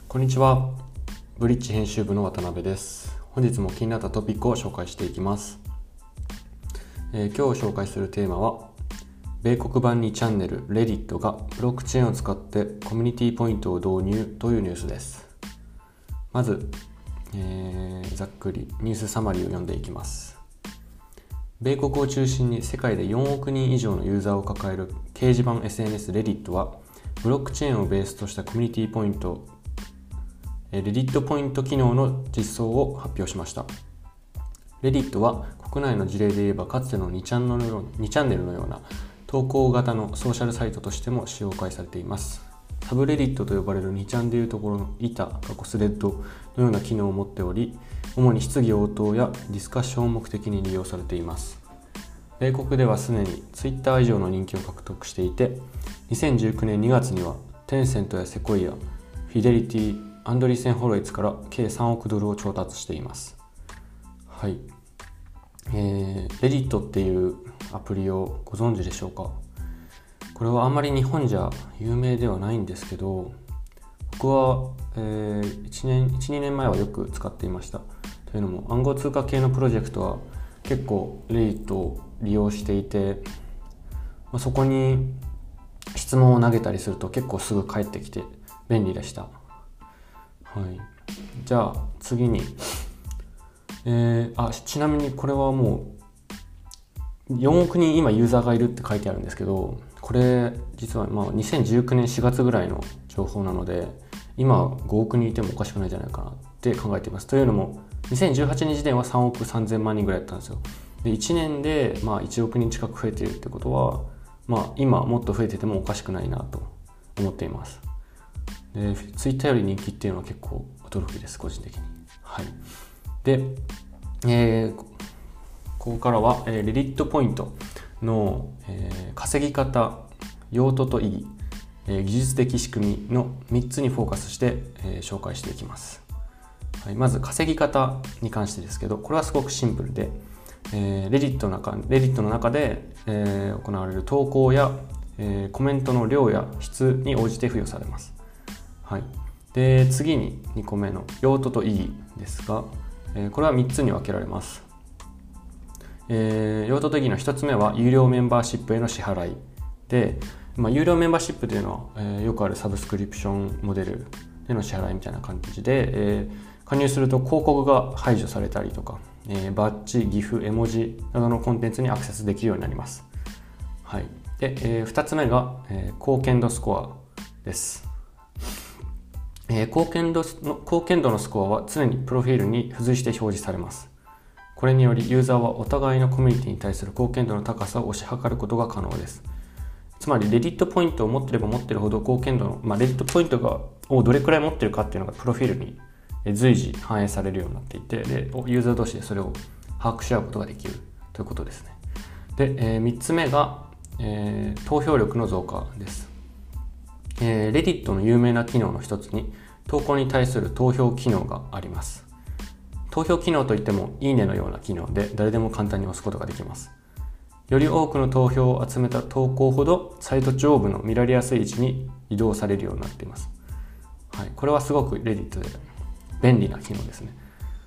こんにちは。ブリッジ編集部の渡辺です。本日も気になったトピックを紹介していきます。今日紹介するテーマは、米国版2チャンネル Reddit がブロックチェーンを使ってコミュニティポイントを導入というニュースです。まず、ざっくりニュースサマリーを読んでいきます。米国を中心に世界で4億人以上のユーザーを抱える掲示板 SNS Reddit は、ブロックチェーンをベースとしたコミュニティポイントReddit ポイント機能の実装を発表しました。Reddit は国内の事例で言えばかつての2チャンネルのような投稿型のソーシャルサイトとしても使用開されています。サブレディットと呼ばれる2チャンでいうところの板スレッドのような機能を持っており、主に質疑応答やディスカッションを目的に利用されています。米国ではすでに Twitter 以上の人気を獲得していて、2019年2月にはテンセントやセコイア、フィデリティ、アンドリーセンホロイツから計3億ドルを調達しています。はい。Reddit っていうアプリをご存知でしょうか？これはあんまり日本じゃ有名ではないんですけど、僕は、1、2年前はよく使っていました。というのも暗号通貨系のプロジェクトは結構 Reddit を利用していて、そこに質問を投げたりすると結構すぐ返ってきて便利でした。はい、じゃあ次に、ちなみにこれはもう4億人今ユーザーがいるって書いてあるんですけど、これ実は2019年4月ぐらいの情報なので、今5億人いてもおかしくないんじゃないかなって考えています。というのも2018年時点は3億3000万人ぐらいだったんですよ。で1年で1億人近く増えているってことは、今もっと増えててもおかしくないなと思っています。でツイッターより人気っていうのは結構驚きです、個人的に。はい。で、ここからは、Reddit ポイントの、稼ぎ方、用途と意義、技術的仕組みの3つにフォーカスして、紹介していきます。はい、まず稼ぎ方に関してですけど、これはすごくシンプルで、Reddit の中で、行われる投稿や、コメントの量や質に応じて付与されます。はい、で次に2個目の用途と意義ですが、これは3つに分けられます。用途と意義の1つ目は有料メンバーシップへの支払いで、有料メンバーシップというのは、よくあるサブスクリプションモデルでの支払いみたいな感じで、加入すると広告が排除されたりとか、バッジ、ギフ、絵文字などのコンテンツにアクセスできるようになります。はい。で、2つ目が、貢献度スコアです。貢献度のスコアは常にプロフィールに付随して表示されます。これによりユーザーはお互いのコミュニティに対する貢献度の高さを推し量ることが可能です。つまりRedditポイントを持っていれば持っているほど貢献度の、Redditポイントをどれくらい持っているかっていうのがプロフィールに随時反映されるようになっていて、でユーザー同士でそれを把握し合うことができるということですね。で、3つ目が、投票力の増加です。Reddit の有名な機能の一つに投稿に対する投票機能があります。投票機能といってもいいねのような機能で誰でも簡単に押すことができます。より多くの投票を集めた投稿ほどサイト上部の見られやすい位置に移動されるようになっています。はい、これはすごく Reddit で便利な機能ですね。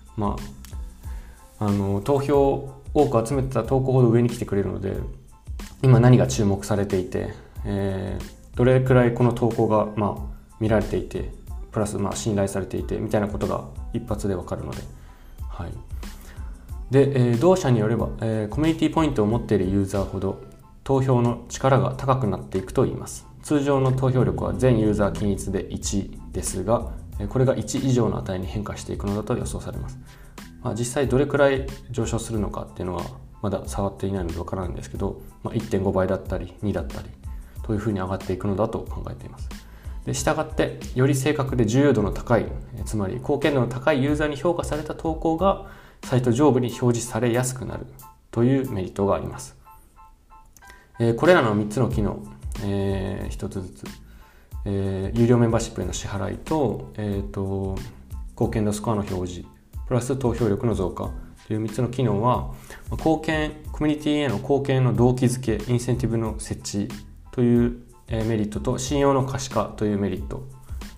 投票を多く集めてた投稿ほど上に来てくれるので、今何が注目されていて、どれくらいこの投稿が見られていて、プラス信頼されていてみたいなことが一発でわかるので、はい。で、同社によれば、コミュニティポイントを持っているユーザーほど投票の力が高くなっていくといいます。通常の投票力は全ユーザー均一で1ですが、これが1以上の値に変化していくのだと予想されます。実際どれくらい上昇するのかっていうのはまだ触っていないのでわからないんですけど、1.5 倍だったり2だったりというふうに上がっていくのだと考えています。で、したがってより正確で重要度の高い、つまり貢献度の高いユーザーに評価された投稿がサイト上部に表示されやすくなるというメリットがあります。これらの3つの機能、1つずつ、有料メンバーシップへの支払いと、貢献度スコアの表示プラス投票力の増加という3つの機能は、コミュニティへの貢献の動機づけ、インセンティブの設置というメリットと信用の可視化というメリット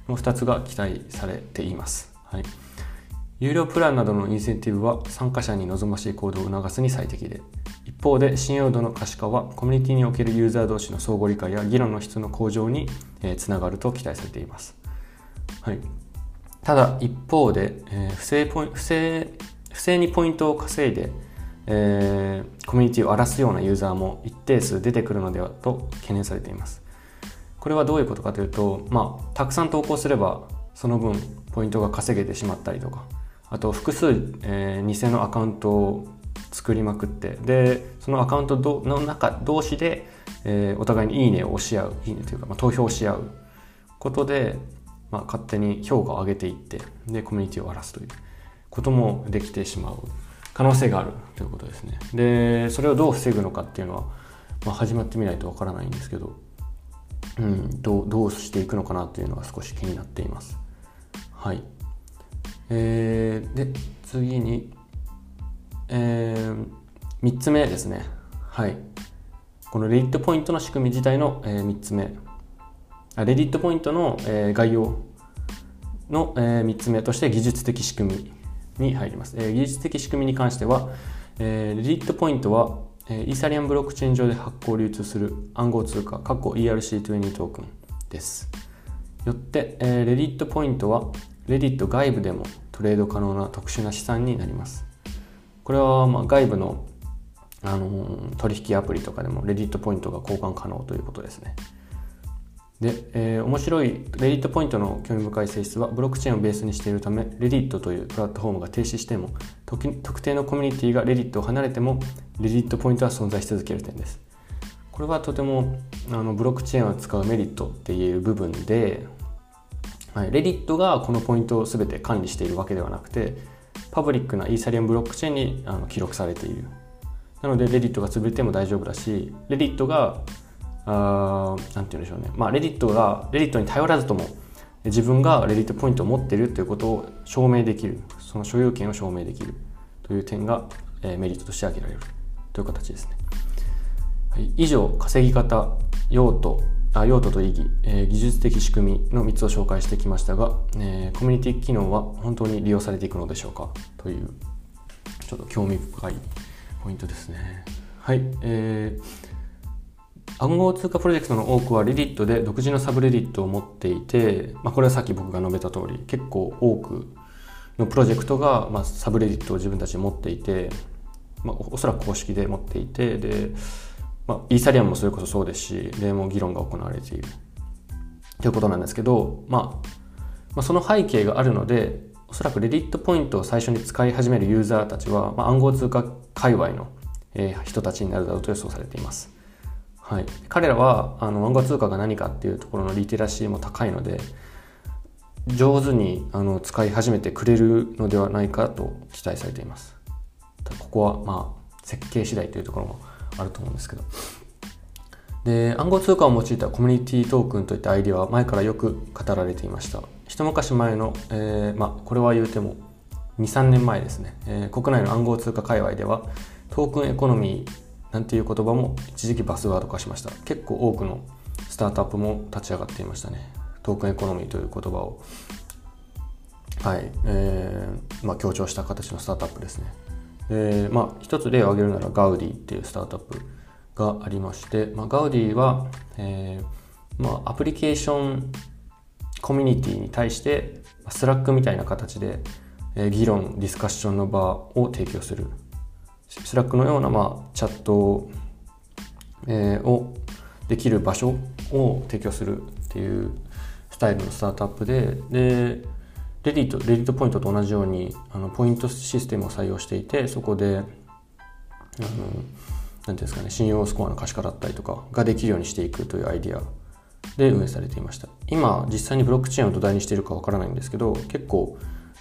の2つが期待されています。はい、有料プランなどのインセンティブは参加者に望ましい行動を促すに最適で、一方で信用度の可視化はコミュニティにおけるユーザー同士の相互理解や議論の質の向上につながると期待されています。はい、ただ一方で、不正にポイントを稼いで、コミュニティを荒らすようなユーザーも一定数出てくるのではと懸念されています。これはどういうことかというと、たくさん投稿すればその分ポイントが稼げてしまったりとか、あと複数、偽のアカウントを作りまくって、でそのアカウントの中同士で、お互いにいいねを押し合う、いいねというか、投票し合うことで、勝手に評価を上げていって、でコミュニティを荒らすということもできてしまう可能性があるということですね。でそれをどう防ぐのかっていうのは、始まってみないとわからないんですけど、どうしていくのかなというのは少し気になっています。はい。で次に、3つ目ですね。はい。このレディットポイントの仕組み自体の、3つ目。レディットポイントの、概要の、3つ目として技術的仕組みに入ります。技術的仕組みに関しては、レディットポイントはイーサリアムブロックチェーン上で発行流通する暗号通貨(ERC20 トークン) です。よって、レディットポイントはレディット外部でもトレード可能な特殊な資産になります。これは外部の、取引アプリとかでもレディットポイントが交換可能ということですね。で、面白いレディットポイントの興味深い性質はブロックチェーンをベースにしているため、レディットというプラットフォームが停止しても特定のコミュニティがレディットを離れてもレディットポイントは存在し続ける点です。これはとてもブロックチェーンを使うメリットっていう部分で、レディットがこのポイントを全て管理しているわけではなくて、パブリックなイーサリアムブロックチェーンに記録されている。なのでレディットが潰れても大丈夫だし、レディットがなんて言うんでしょうね。レディットに頼らずとも自分がレディットポイントを持っているということを証明できる、その所有権を証明できるという点が、メリットとして挙げられるという形ですね。はい、以上、稼ぎ方、用途と意義、技術的仕組みの3つを紹介してきましたが、コミュニティ機能は本当に利用されていくのでしょうかというちょっと興味深いポイントですね。はい、暗号通貨プロジェクトの多くはレディットで独自のサブレディットを持っていて、これはさっき僕が述べた通り結構多くのプロジェクトが、サブレディットを自分たちで持っていて、おそらく公式で持っていて、で、イーサリアムもそれこそそうですし、でも議論が行われているということなんですけど、その背景があるので、おそらくレディットポイントを最初に使い始めるユーザーたちは、暗号通貨界隈の、人たちになるだろうと予想されています。はい、彼らは暗号通貨が何かっていうところのリテラシーも高いので、上手に使い始めてくれるのではないかと期待されています。ここは設計次第というところもあると思うんですけど、で暗号通貨を用いたコミュニティトークンといったアイデアは前からよく語られていました。一昔前の、これは言うても 2,3 年前ですね、国内の暗号通貨界隈ではトークンエコノミーなんていう言葉も一時期バスワード化しました。結構多くのスタートアップも立ち上がっていましたね。トークンエコノミーという言葉を、強調した形のスタートアップですね。一つ例を挙げるならガウディっていうスタートアップがありまして、ガウディは、アプリケーションコミュニティに対してスラックみたいな形で、議論ディスカッションの場を提供する、スラックのような、チャットをできる場所を提供するっていうスタイルのスタートアップで、レディットポイントと同じようにポイントシステムを採用していて、そこでなんていうんですかね、信用スコアの可視化だったりとかができるようにしていくというアイディアで運営されていました。今実際にブロックチェーンを土台にしているかわからないんですけど、結構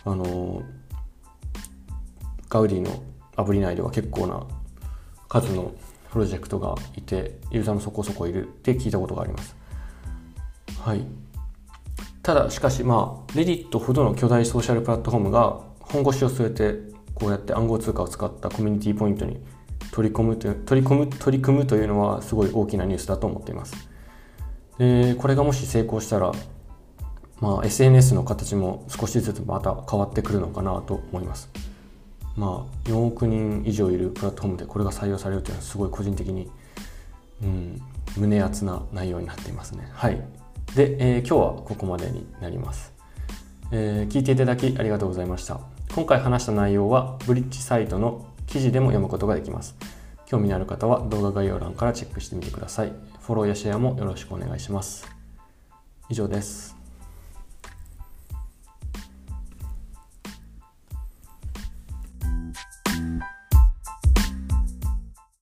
ガウディのアプリ内では結構な数のプロジェクトがいて、ユーザーもそこそこいるって聞いたことがあります。はい。ただしかしレディットほどの巨大ソーシャルプラットフォームが本腰を据えてこうやって暗号通貨を使ったコミュニティポイントに取り組むというのはすごい大きなニュースだと思っています。でこれがもし成功したら SNS の形も少しずつまた変わってくるのかなと思います。4億人以上いるプラットフォームでこれが採用されるというのはすごい個人的に、胸熱な内容になっていますね。はい。で、今日はここまでになります。聞いていただきありがとうございました。今回話した内容はブリッジサイトの記事でも読むことができます。興味のある方は動画概要欄からチェックしてみてください。フォローやシェアもよろしくお願いします。以上です。